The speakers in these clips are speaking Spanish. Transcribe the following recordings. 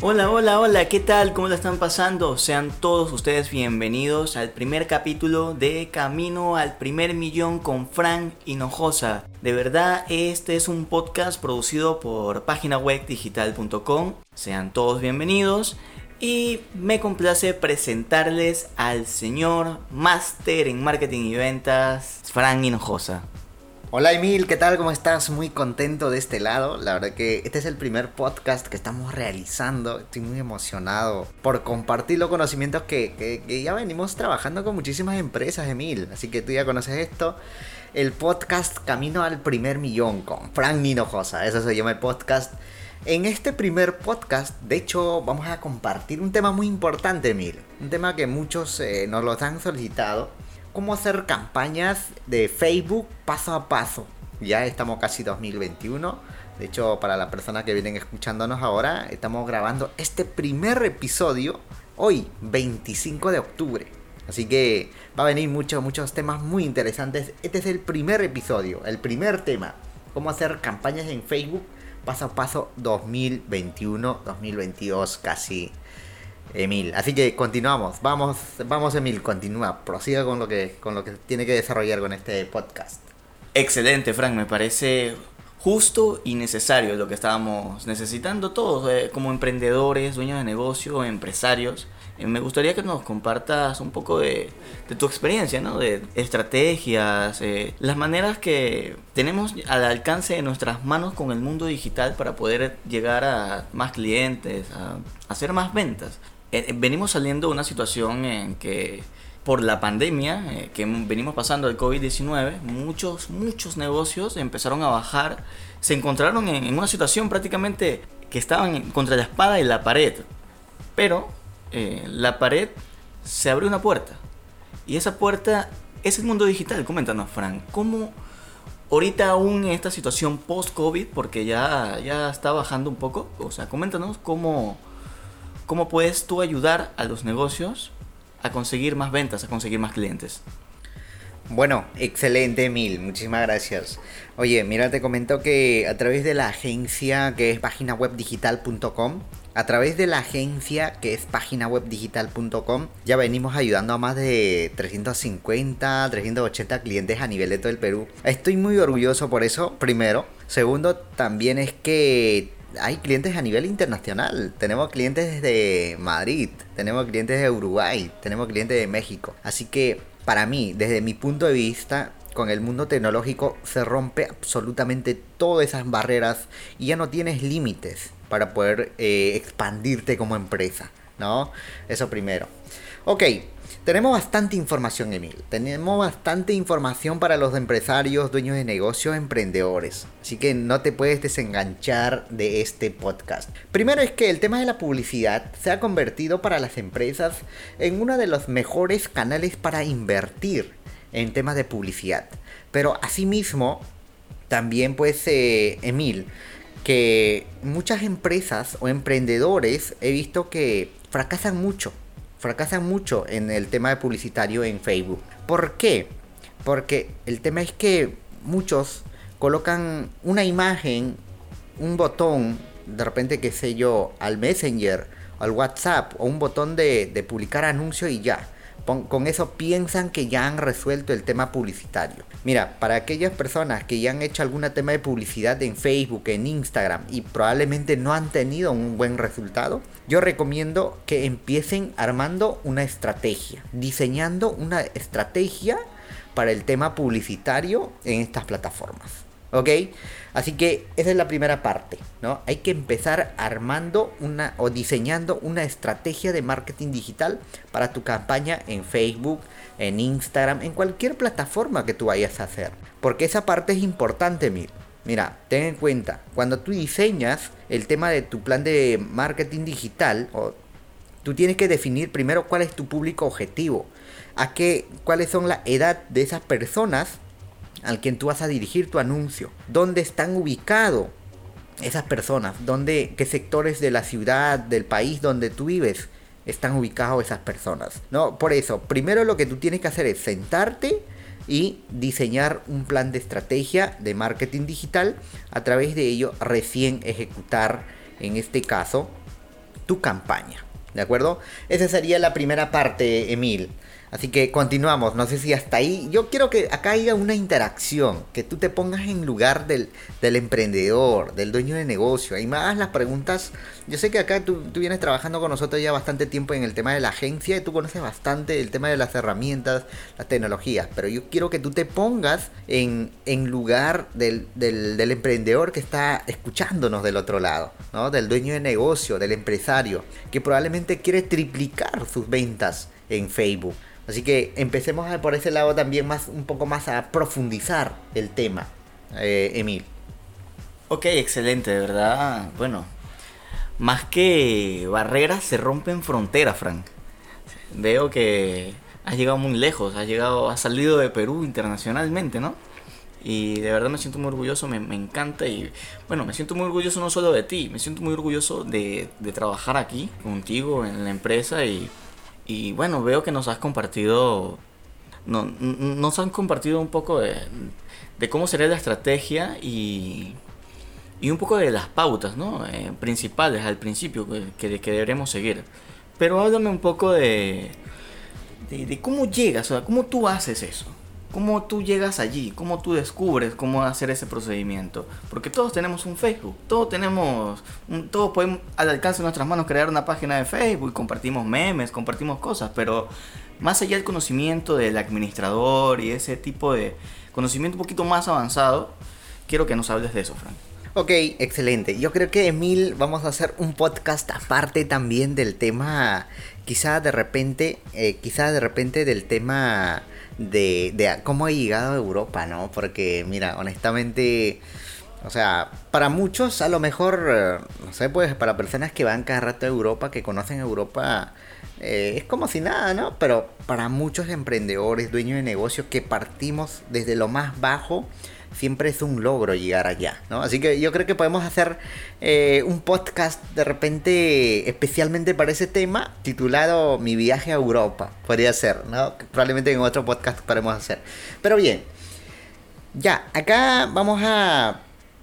Hola, hola, hola, ¿qué tal? ¿Cómo la están pasando? Sean todos ustedes bienvenidos al primer capítulo de Camino al Primer Millón con Fran Hinojosa. De verdad, este es un podcast producido por paginawebdigital.com. Sean todos bienvenidos y me complace presentarles al señor máster en marketing y ventas, Fran Hinojosa. Hola Emil, ¿qué tal? ¿Cómo estás? Muy contento de este lado. La verdad que este es el primer podcast que estamos realizando. Estoy muy emocionado por compartir los conocimientos que ya venimos trabajando con muchísimas empresas, Emil. Así que tú ya conoces esto. El podcast Camino al Primer Millón con Fran Hinojosa. Eso se llama el podcast. En este primer podcast, de hecho, vamos a compartir un tema muy importante, Emil. Un tema que muchos nos lo han solicitado. Cómo hacer campañas de Facebook paso a paso. Ya estamos casi 2021. De hecho, para las personas que vienen escuchándonos ahora, estamos grabando este primer episodio hoy, 25 de octubre. Así que va a venir muchos temas muy interesantes. Este es el primer episodio, el primer tema. Cómo hacer campañas en Facebook paso a paso 2021, 2022 casi. Emil, así que continuamos, vamos Emil, continúa, prosiga con lo que tiene que desarrollar con este podcast. Excelente, Frank, me parece justo y necesario lo que estábamos necesitando todos, como emprendedores, dueños de negocio, empresarios. Me gustaría que nos compartas un poco de tu experiencia, ¿no? De estrategias, las maneras que tenemos al alcance de nuestras manos con el mundo digital para poder llegar a más clientes, a hacer más ventas. Venimos saliendo de una situación en que por la pandemia que venimos pasando del COVID-19, muchos negocios empezaron a bajar, se encontraron en una situación prácticamente que estaban contra la espada y la pared, pero la pared se abrió una puerta y esa puerta es el mundo digital. Coméntanos, Fran, ¿cómo ahorita aún en esta situación post-COVID, porque ya está bajando un poco, o sea, coméntanos cómo puedes tú ayudar a los negocios a conseguir más ventas, a conseguir más clientes? Bueno, excelente Emil, muchísimas gracias. Oye, mira, te comento que a través de la agencia que es paginawebdigital.com, ya venimos ayudando a más de 350, 380 clientes a nivel de todo el Perú. Estoy muy orgulloso por eso, primero. Segundo, también es que hay clientes a nivel internacional. Tenemos clientes desde Madrid, tenemos clientes de Uruguay, tenemos clientes de México. Así que para mí, desde mi punto de vista, con el mundo tecnológico se rompe absolutamente todas esas barreras y ya no tienes límites para poder expandirte como empresa, ¿no? Eso primero. Ok, tenemos bastante información, Emil. Tenemos bastante información para los empresarios, dueños de negocios, emprendedores. Así que no te puedes desenganchar de este podcast. Primero es que el tema de la publicidad se ha convertido para las empresas en uno de los mejores canales para invertir en temas de publicidad. Pero asimismo, también pues, Emil, que muchas empresas o emprendedores he visto que fracasan mucho en el tema de publicitario en Facebook. ¿Por qué? Porque el tema es que muchos colocan una imagen, un botón, de repente, qué sé yo, al Messenger, al WhatsApp, o un botón de publicar anuncio y ya. Con eso piensan que ya han resuelto el tema publicitario. Mira, para aquellas personas que ya han hecho algún tema de publicidad en Facebook, en Instagram y probablemente no han tenido un buen resultado, yo recomiendo que empiecen armando una estrategia, diseñando una estrategia para el tema publicitario en estas plataformas. ¿Ok? Así que esa es la primera parte, ¿no? Hay que empezar armando o diseñando una estrategia de marketing digital para tu campaña en Facebook, en Instagram, en cualquier plataforma que tú vayas a hacer. Porque esa parte es importante, Mira, ten en cuenta, cuando tú diseñas el tema de tu plan de marketing digital, tú tienes que definir primero cuál es tu público objetivo, cuáles son la edad de esas personas al quien tú vas a dirigir tu anuncio, dónde están ubicados esas personas, qué sectores de la ciudad, del país donde tú vives están ubicados esas personas, ¿no? Por eso, primero lo que tú tienes que hacer es sentarte y diseñar un plan de estrategia de marketing digital. A través de ello recién ejecutar, en este caso, tu campaña. ¿De acuerdo? Esa sería la primera parte, Emil. Así que continuamos, no sé si hasta ahí. Yo quiero que acá haya una interacción, que tú te pongas en lugar del emprendedor, del dueño de negocio. Y me hagas las preguntas. Yo sé que acá tú vienes trabajando con nosotros ya bastante tiempo en el tema de la agencia y tú conoces bastante el tema de las herramientas, las tecnologías. Pero yo quiero que tú te pongas en lugar del emprendedor que está escuchándonos del otro lado, ¿no? Del dueño de negocio, del empresario, que probablemente quiere triplicar sus ventas en Facebook. Así que empecemos por ese lado también un poco más a profundizar el tema, Emil. Ok, excelente, de verdad. Bueno, más que barreras se rompen fronteras, Frank. Veo que has llegado muy lejos, has salido de Perú internacionalmente, ¿no? Y de verdad me siento muy orgulloso, me encanta y bueno, me siento muy orgulloso no solo de ti, me siento muy orgulloso de trabajar aquí contigo en la empresa y bueno, veo que nos has compartido, nos han compartido un poco de cómo sería la estrategia y un poco de las pautas, ¿no? Principales al principio que deberemos seguir. Pero háblame un poco de cómo llegas, o sea, cómo tú haces eso. ¿Cómo tú llegas allí? ¿Cómo tú descubres cómo hacer ese procedimiento? Porque todos tenemos un Facebook, todos podemos al alcance de nuestras manos crear una página de Facebook y compartimos memes, compartimos cosas, pero más allá del conocimiento del administrador y ese tipo de conocimiento un poquito más avanzado, quiero que nos hables de eso, Frank. Ok, excelente. Yo creo que, Emil, vamos a hacer un podcast aparte también del tema, quizá de repente del tema de cómo he llegado a Europa, ¿no? Porque, mira, honestamente, o sea, para muchos a lo mejor, no sé, pues para personas que van cada rato a Europa, que conocen Europa, es como si nada, ¿no? Pero para muchos emprendedores, dueños de negocios que partimos desde lo más bajo, siempre es un logro llegar allá, ¿no? Así que yo creo que podemos hacer un podcast de repente especialmente para ese tema, titulado Mi viaje a Europa. Podría ser, ¿no? Probablemente en otro podcast podremos hacer. Pero bien, ya, acá vamos a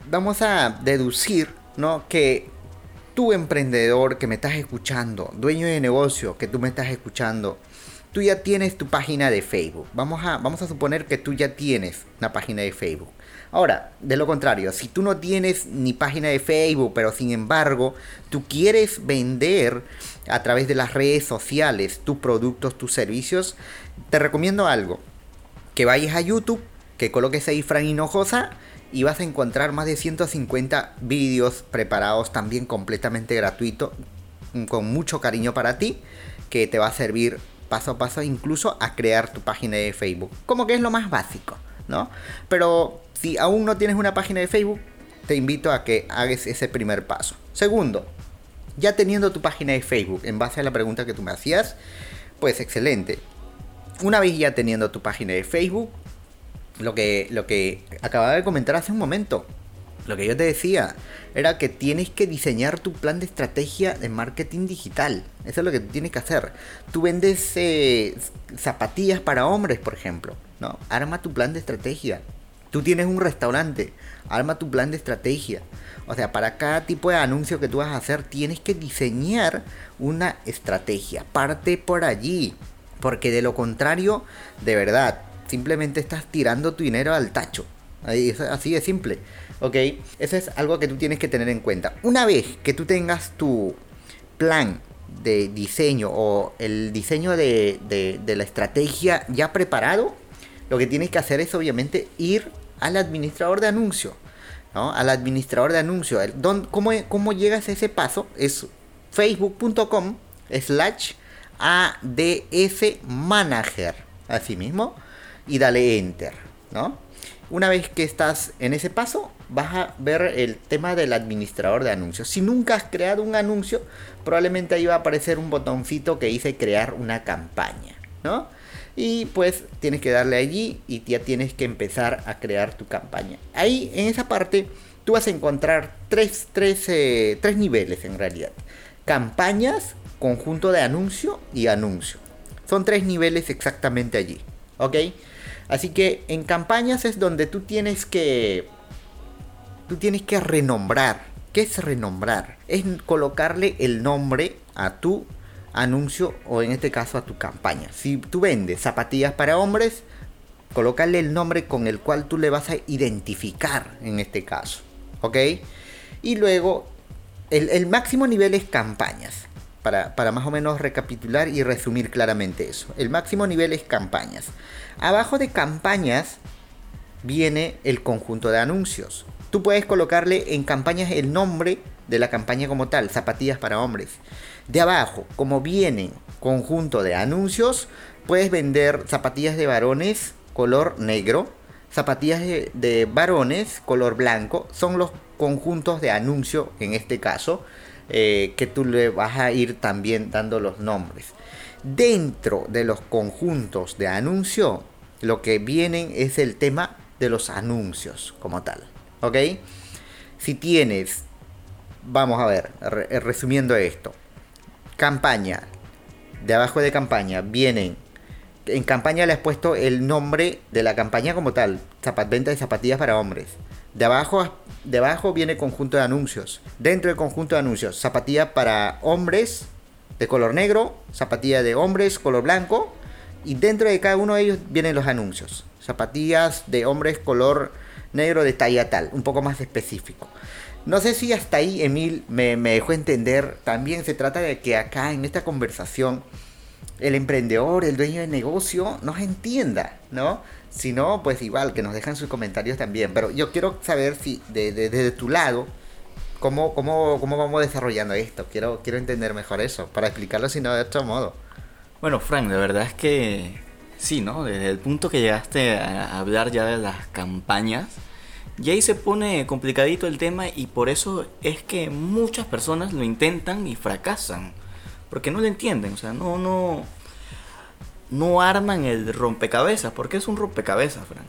deducir, ¿no? Que tú, emprendedor que me estás escuchando, dueño de negocio que tú me estás escuchando, tú ya tienes tu página de Facebook. Vamos a suponer que tú ya tienes una página de Facebook. Ahora, de lo contrario, si tú no tienes ni página de Facebook, pero sin embargo, tú quieres vender a través de las redes sociales tus productos, tus servicios, te recomiendo algo. Que vayas a YouTube, que coloques ahí Frank Hinojosa y vas a encontrar más de 150 vídeos preparados también completamente gratuitos, con mucho cariño para ti, que te va a servir paso a paso incluso a crear tu página de Facebook. Como que es lo más básico, ¿no? Pero si aún no tienes una página de Facebook, te invito a que hagas ese primer paso. Segundo, ya teniendo tu página de Facebook, en base a la pregunta que tú me hacías, pues excelente. Una vez ya teniendo tu página de Facebook, lo que acababa de comentar hace un momento, lo que yo te decía, era que tienes que diseñar tu plan de estrategia de marketing digital. Eso es lo que tú tienes que hacer. Tú vendes zapatillas para hombres, por ejemplo, ¿no? Arma tu plan de estrategia. Tú tienes un restaurante, arma tu plan de estrategia. O sea, para cada tipo de anuncio que tú vas a hacer, tienes que diseñar una estrategia. Parte por allí, porque de lo contrario, de verdad, simplemente estás tirando tu dinero al tacho. Así de simple, ¿ok? Eso es algo que tú tienes que tener en cuenta. Una vez que tú tengas tu plan de diseño o el diseño de la estrategia ya preparado, lo que tienes que hacer es obviamente ir al administrador de anuncio, ¿no? Al administrador de anuncio. ¿Cómo llegas a ese paso? Es facebook.com/adsmanager, así mismo, y dale enter, ¿no? Una vez que estás en ese paso, vas a ver el tema del administrador de anuncios. Si nunca has creado un anuncio, probablemente ahí va a aparecer un botoncito que dice crear una campaña, ¿no? Y pues tienes que darle allí y ya tienes que empezar a crear tu campaña. Ahí en esa parte tú vas a encontrar tres niveles en realidad. Campañas, conjunto de anuncio y anuncio. Son 3 niveles exactamente allí, ¿ok? Así que en campañas es donde tú tienes que renombrar ¿Qué es renombrar? Es colocarle el nombre a tu anuncio o en este caso a tu campaña. Si tú vendes zapatillas para hombres, colócale el nombre con el cual tú le vas a identificar en este caso. ¿Ok? Y luego el máximo nivel es campañas. Para más o menos recapitular y resumir claramente eso. El máximo nivel es campañas. Abajo de campañas viene el conjunto de anuncios. Tú puedes colocarle en campañas el nombre de la campaña como tal, zapatillas para hombres. De abajo, como vienen conjunto de anuncios, puedes vender zapatillas de varones color negro, zapatillas de varones color blanco. Son los conjuntos de anuncio en este caso, que tú le vas a ir también dando los nombres. Dentro de los conjuntos de anuncio, lo que vienen es el tema de los anuncios como tal. ¿Ok? Si tienes, vamos a ver, resumiendo esto, campaña, de abajo de campaña vienen, en campaña le has puesto el nombre de la campaña como tal, venta de zapatillas para hombres. De abajo viene conjunto de anuncios. Dentro del conjunto de anuncios, zapatilla para hombres de color negro, zapatilla de hombres color blanco, y dentro de cada uno de ellos vienen los anuncios. Zapatillas de hombres color negro de talla tal, un poco más específico. No sé si hasta ahí Emil me dejó entender. También se trata de que acá en esta conversación el emprendedor, el dueño de negocio nos entienda, ¿no? Si no, pues igual que nos dejan sus comentarios también. Pero yo quiero saber si desde tu lado, ¿cómo vamos desarrollando esto? Quiero entender mejor eso, para explicarlo si no de otro modo. Bueno, Frank, de verdad es que sí, ¿no? Desde el punto que llegaste a hablar ya de las campañas, y ahí se pone complicadito el tema, y por eso es que muchas personas lo intentan y fracasan. Porque no lo entienden, o sea, no arman el rompecabezas, porque es un rompecabezas, Frank.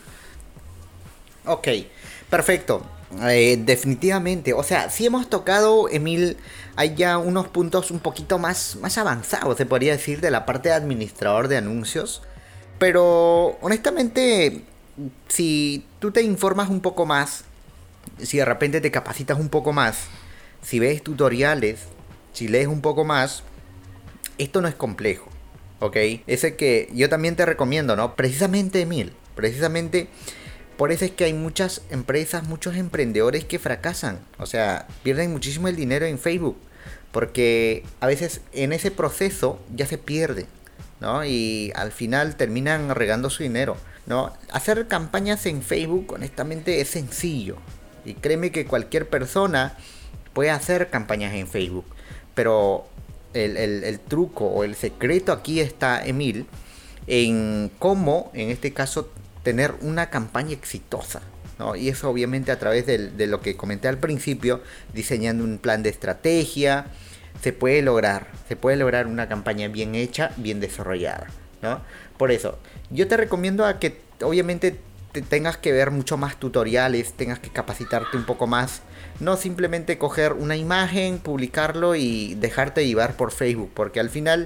Ok, perfecto. Definitivamente, o sea, sí hemos tocado, Emil, hay ya unos puntos un poquito más avanzados, se podría decir, de la parte de administrador de anuncios. Pero, honestamente, si tú te informas un poco más, si de repente te capacitas un poco más, si ves tutoriales, si lees un poco más, esto no es complejo, ¿ok? Ese que yo también te recomiendo, ¿no? Precisamente, Emil, precisamente por eso es que hay muchas empresas, muchos emprendedores que fracasan. O sea, pierden muchísimo el dinero en Facebook, porque a veces en ese proceso ya se pierde, ¿no? Y al final terminan regando su dinero, ¿no? Hacer campañas en Facebook, honestamente, es sencillo. Y créeme que cualquier persona puede hacer campañas en Facebook. Pero el truco o el secreto aquí está, Emil, en cómo, en este caso, tener una campaña exitosa, ¿no? Y eso obviamente a través de lo que comenté al principio, diseñando un plan de estrategia, se puede lograr una campaña bien hecha, bien desarrollada, ¿no? Por eso, yo te recomiendo a que obviamente tengas que ver mucho más tutoriales, tengas que capacitarte un poco más. No simplemente coger una imagen, publicarlo y dejarte llevar por Facebook, porque al final,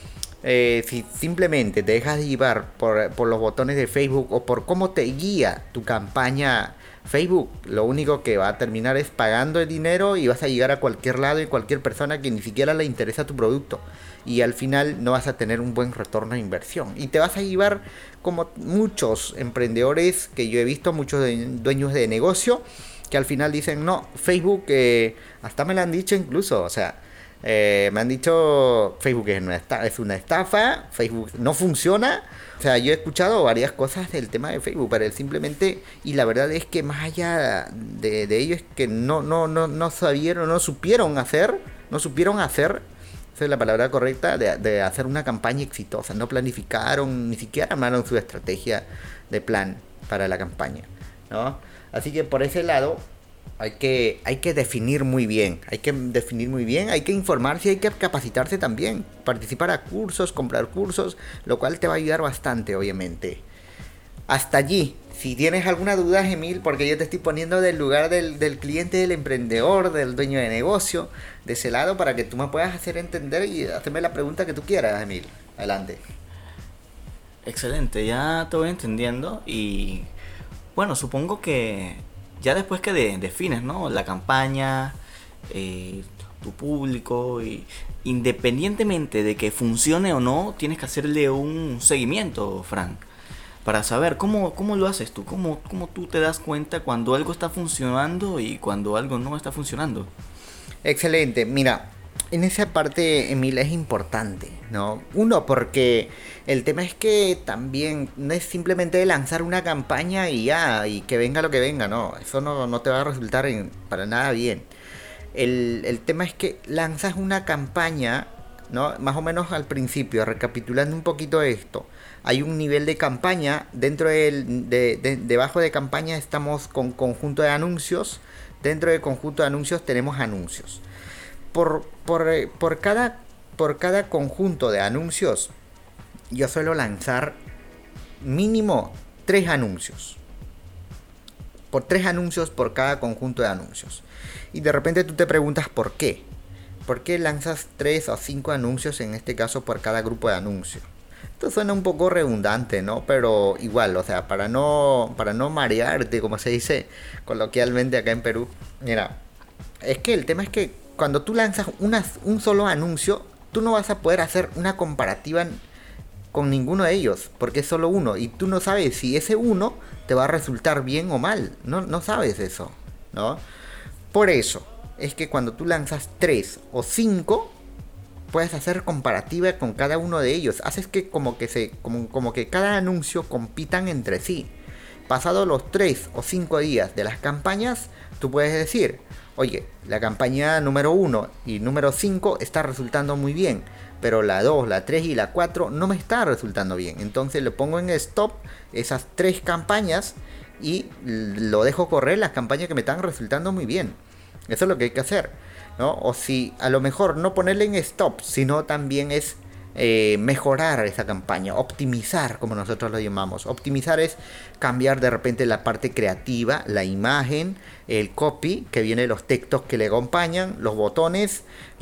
si simplemente te dejas llevar por los botones de Facebook o por cómo te guía tu campaña Facebook, lo único que va a terminar es pagando el dinero y vas a llegar a cualquier lado y cualquier persona que ni siquiera le interesa tu producto. Y al final no vas a tener un buen retorno de inversión. Y te vas a llevar, como muchos emprendedores que yo he visto, muchos dueños de negocio, que al final dicen, no, Facebook, hasta me lo han dicho incluso, o sea, me han dicho, Facebook es una estafa, Facebook no funciona. O sea, yo he escuchado varias cosas del tema de Facebook, pero simplemente, y la verdad es que más allá de ello, es que no sabieron, no supieron hacer, esa es la palabra correcta, de hacer una campaña exitosa. No planificaron, ni siquiera armaron su estrategia de plan para la campaña, ¿no? Así que por ese lado hay que definir muy bien, hay que informarse, hay que capacitarse también, participar a cursos, comprar cursos, lo cual te va a ayudar bastante, obviamente. Hasta allí. Si tienes alguna duda, Emil, porque yo te estoy poniendo del lugar del cliente, del emprendedor, del dueño de negocio, de ese lado, para que tú me puedas hacer entender y hacerme la pregunta que tú quieras, Emil. Adelante. Excelente, ya te voy entendiendo y bueno, supongo que ya después que defines, ¿no? La campaña, tu público, y independientemente de que funcione o no, tienes que hacerle un seguimiento, Frank, para saber cómo lo haces tú, cómo tú te das cuenta cuando algo está funcionando y cuando algo no está funcionando. Excelente, mira, en esa parte, Emil, es importante, ¿no? Uno, porque el tema es que también no es simplemente lanzar una campaña y ya, y que venga lo que venga, no, eso no te va a resultar para nada bien. El tema es que lanzas una campaña, ¿no? Más o menos al principio, recapitulando un poquito esto. Hay un nivel de campaña, debajo de campaña estamos con conjunto de anuncios, dentro del conjunto de anuncios tenemos anuncios. Por cada conjunto de anuncios, yo suelo lanzar mínimo 3 anuncios. Por 3 anuncios por cada conjunto de anuncios. Y de repente tú te preguntas por qué. ¿Por qué lanzas 3 o 5 anuncios en este caso por cada grupo de anuncios? Esto suena un poco redundante, ¿no? Pero igual, o sea, para no marearte, como se dice coloquialmente acá en Perú. Mira, es que el tema es que cuando tú lanzas un solo anuncio, tú no vas a poder hacer una comparativa con ninguno de ellos, porque es solo uno, y tú no sabes si ese uno te va a resultar bien o mal, no sabes eso, ¿no? Por eso es que cuando tú lanzas 3 o 5, puedes hacer comparativa con cada uno de ellos, haces que como que cada anuncio compitan entre sí. Pasados los 3 o 5 días de las campañas, tú puedes decir, oye, la campaña número 1 y número 5 está resultando muy bien, pero la 2, la 3 y la 4 no me está resultando bien. Entonces le pongo en stop esas 3 campañas y lo dejo correr las campañas que me están resultando muy bien. Eso es lo que hay que hacer, ¿no? O si a lo mejor no ponerle en stop, sino también es mejorar esa campaña, optimizar, como nosotros lo llamamos. Optimizar es cambiar de repente la parte creativa, la imagen, el copy, que viene los textos que le acompañan, los botones,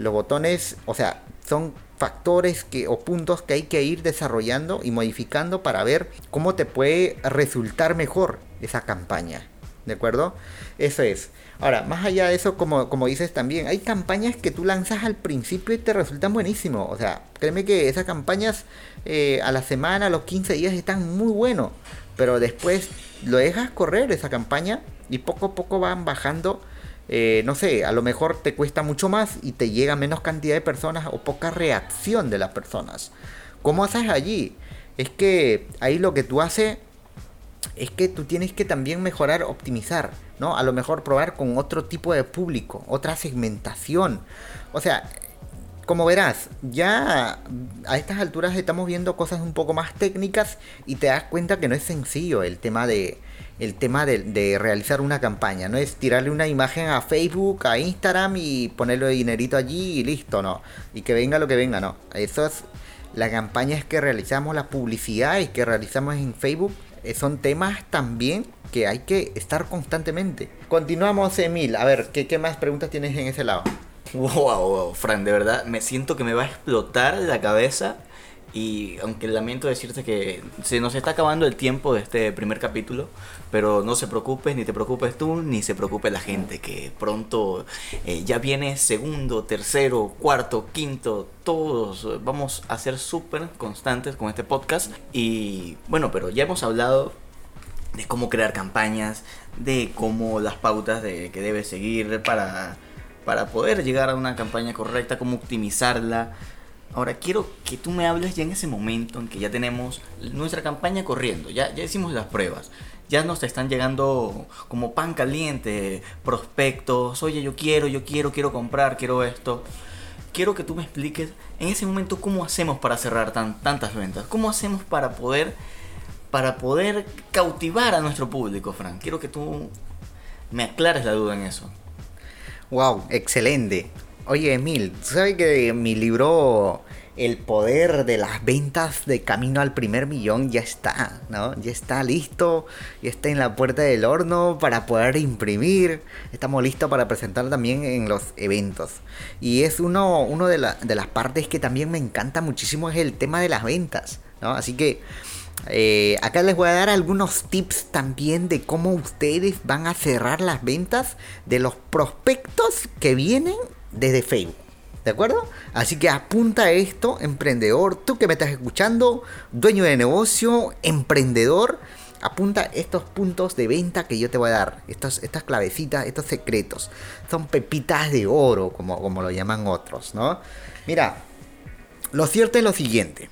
o sea, son factores o puntos que hay que ir desarrollando y modificando para ver cómo te puede resultar mejor esa campaña, ¿de acuerdo? Eso es. Ahora, más allá de eso, como dices también, hay campañas que tú lanzas al principio y te resultan buenísimos. O sea, créeme que esas campañas a la semana, a los 15 días están muy buenos. Pero después lo dejas correr esa campaña y poco a poco van bajando. No sé, a lo mejor te cuesta mucho más y te llega menos cantidad de personas o poca reacción de las personas. ¿Cómo haces allí? Es que ahí lo que tú haces es que tú tienes que también mejorar, optimizar, ¿no? A lo mejor probar con otro tipo de público, otra segmentación. O sea, como verás, ya a estas alturas estamos viendo cosas un poco más técnicas y te das cuenta que no es sencillo el tema de realizar una campaña. No es tirarle una imagen a Facebook, a Instagram y ponerle dinerito allí y listo, no. Y que venga lo que venga, no. Eso es las campañas que realizamos, las publicidades que realizamos en Facebook. Son temas también que hay que estar constantemente. Continuamos, Emil. A ver, ¿qué más preguntas tienes en ese lado? Wow, Fran, de verdad, me siento que me va a explotar la cabeza. Y aunque lamento decirte que se nos está acabando el tiempo de este primer capítulo, pero no se preocupes, ni te preocupes tú, ni se preocupe la gente, que pronto ya viene segundo, tercero, cuarto, quinto, todos vamos a ser súper constantes con este podcast. Y bueno, pero ya hemos hablado de cómo crear campañas, de cómo las pautas que debes seguir para poder llegar a una campaña correcta, cómo optimizarla. Ahora quiero que tú me hables ya en ese momento en que ya tenemos nuestra campaña corriendo, ya hicimos las pruebas, ya nos están llegando como pan caliente prospectos, oye, yo quiero comprar, quiero esto. Quiero que tú me expliques en ese momento cómo hacemos para cerrar tantas ventas, cómo hacemos para poder cautivar a nuestro público, Frank. Quiero que tú me aclares la duda en eso. Wow, excelente. Oye, Emil, ¿tú sabes que mi libro El poder de las ventas de camino al primer millón ya está, ¿no? Ya está listo, ya está en la puerta del horno para poder imprimir. Estamos listos para presentar también en los eventos. Y es uno de las partes que también me encanta muchísimo, es el tema de las ventas, ¿no? Así que Acá les voy a dar algunos tips también de cómo ustedes van a cerrar las ventas de los prospectos que vienen desde Facebook. ¿De acuerdo? Así que apunta esto, emprendedor, tú que me estás escuchando, dueño de negocio, emprendedor, apunta estos puntos de venta que yo te voy a dar, estas clavecitas, estos secretos. Son pepitas de oro, como lo llaman otros, ¿no? Mira, lo cierto es lo siguiente.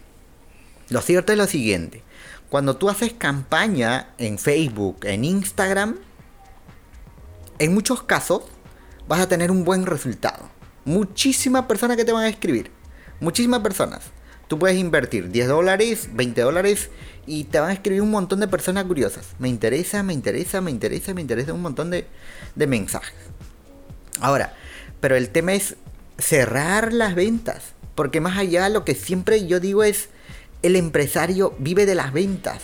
Cuando tú haces campaña en Facebook, en Instagram, en muchos casos vas a tener un buen resultado. Muchísimas personas que te van a escribir. Muchísimas personas. Tú puedes invertir $10, $20 y te van a escribir un montón de personas curiosas. Me interesa un montón de mensajes. Ahora, pero el tema es cerrar las ventas. Porque más allá lo que siempre yo digo es, el empresario vive de las ventas.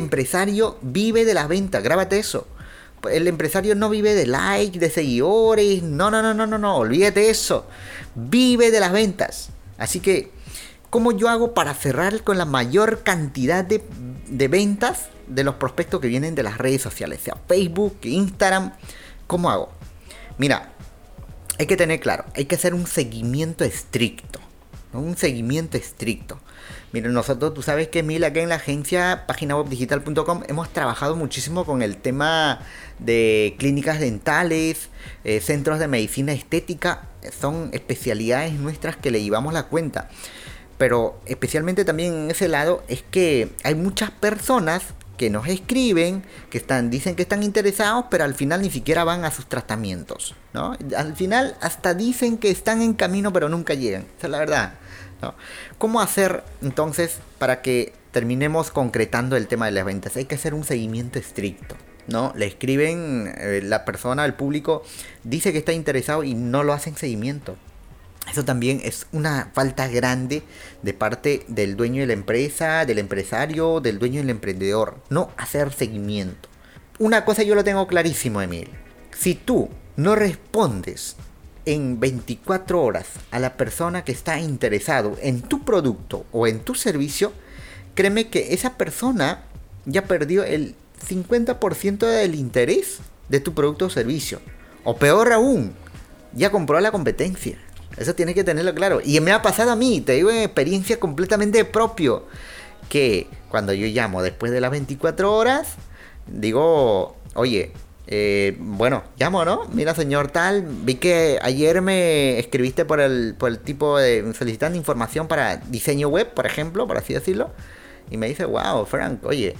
Grábate eso. El empresario no vive de likes, de seguidores. No. Olvídate de eso. Vive de las ventas. Así que, ¿cómo yo hago para cerrar con la mayor cantidad de ventas de los prospectos que vienen de las redes sociales? Sea Facebook, Instagram. ¿Cómo hago? Mira, hay que tener claro. Hay que hacer un seguimiento estricto. ¿No? Un seguimiento estricto. Miren, nosotros, tú sabes que Emil, acá en la agencia paginawebdigital.com hemos trabajado muchísimo con el tema de clínicas dentales, centros de medicina estética. Son especialidades nuestras que le llevamos la cuenta. Pero especialmente también en ese lado es que hay muchas personas que nos escriben, dicen que están interesados, pero al final ni siquiera van a sus tratamientos, ¿no? Al final hasta dicen que están en camino, pero nunca llegan. Esa es la verdad, ¿no? ¿Cómo hacer entonces para que terminemos concretando el tema de las ventas? Hay que hacer un seguimiento estricto, ¿no? Le escriben, la persona, el público, dice que está interesado y no lo hacen seguimiento. Eso también es una falta grande de parte del dueño de la empresa, del empresario, del dueño del emprendedor. No hacer seguimiento. Una cosa yo lo tengo clarísimo, Emil. Si tú no respondes en 24 horas a la persona que está interesado en tu producto o en tu servicio, créeme que esa persona ya perdió el 50% del interés de tu producto o servicio. O peor aún, ya compró a la competencia. Eso tienes que tenerlo claro. Y me ha pasado a mí, te digo en experiencia completamente propio, que cuando yo llamo después de las 24 horas, digo, oye, llamo, ¿no? Mira, señor tal, vi que ayer me escribiste por el tipo de solicitando información para diseño web, por ejemplo, por así decirlo. Y me dice, wow, Frank, oye,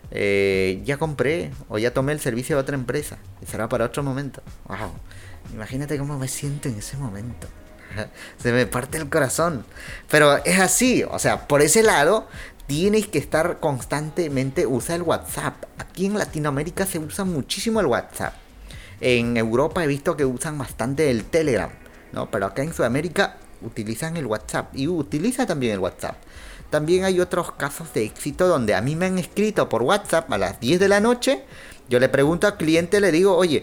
ya compré o ya tomé el servicio de otra empresa. Y será para otro momento. Wow, imagínate cómo me siento en ese momento. Se me parte el corazón. Pero es así, o sea, por ese lado tienes que estar constantemente, usa el WhatsApp. Aquí en Latinoamérica se usa muchísimo el WhatsApp. En Europa he visto que usan bastante el Telegram, ¿no? Pero acá en Sudamérica utilizan el WhatsApp y utiliza también el WhatsApp. También hay otros casos de éxito donde a mí me han escrito por WhatsApp a las 10 de la noche. Yo le pregunto al cliente, le digo, oye,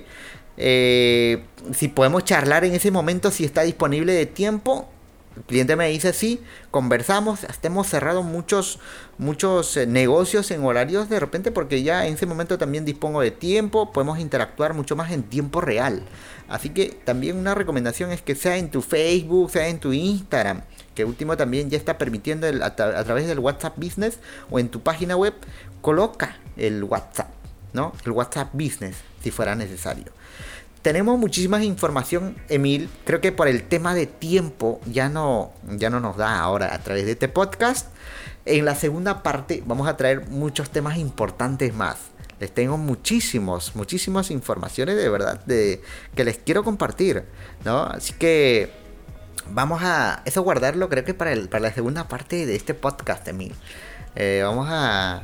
si podemos charlar en ese momento, si está disponible de tiempo. El cliente me dice sí, conversamos, hasta hemos cerrado muchos negocios en horarios de repente, porque ya en ese momento también dispongo de tiempo, podemos interactuar mucho más en tiempo real. Así que también una recomendación es que sea en tu Facebook, sea en tu Instagram, que último también ya está permitiendo a través del WhatsApp Business, o en tu página web, coloca el WhatsApp, ¿no? El WhatsApp Business, si fuera necesario. Tenemos muchísima información, Emil. Creo que por el tema de tiempo ya no nos da ahora a través de este podcast. En la segunda parte vamos a traer muchos temas importantes más. Les tengo muchísimas informaciones de verdad que les quiero compartir, ¿no? Así que vamos a eso guardarlo, creo que para la segunda parte de este podcast, Emil. Vamos a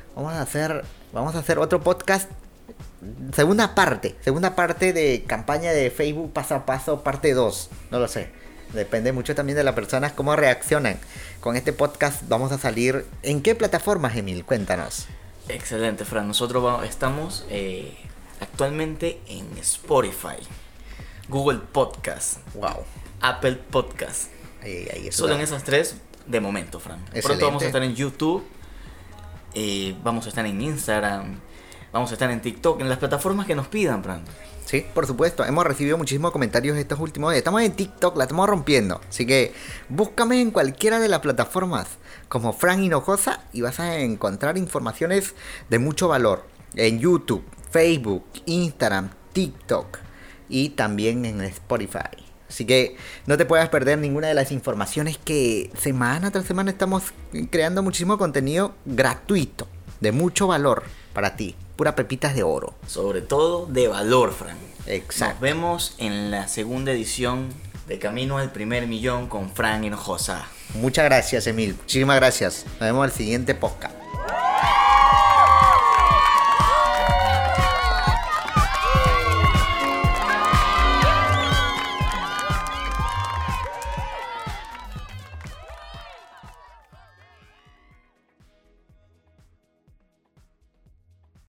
hacer otro podcast. Segunda parte de campaña de Facebook paso a paso, parte 2. No lo sé. Depende mucho también de las personas cómo reaccionan. Con este podcast vamos a salir. ¿En qué plataformas, Emil? Cuéntanos. Excelente, Fran. Nosotros estamos actualmente en Spotify, Google Podcast, wow, Apple Podcast. Ahí, Solo en esas tres de momento, Fran. Excelente. Pronto vamos a estar en YouTube Vamos a estar en Instagram, vamos a estar en TikTok, en las plataformas que nos pidan, Fran. Sí, por supuesto. Hemos recibido muchísimos comentarios estos últimos días. Estamos en TikTok, la estamos rompiendo. Así que búscame en cualquiera de las plataformas como Fran Hinojosa y vas a encontrar informaciones de mucho valor. En YouTube, Facebook, Instagram, TikTok y también en Spotify. Así que no te puedas perder ninguna de las informaciones que semana tras semana estamos creando muchísimo contenido gratuito, de mucho valor para ti. Pura pepitas de oro. Sobre todo de valor, Fran. Exacto. Nos vemos en la segunda edición de Camino al Primer Millón con Fran Hinojosa. Muchas gracias, Emil. Muchísimas gracias. Nos vemos en el siguiente podcast.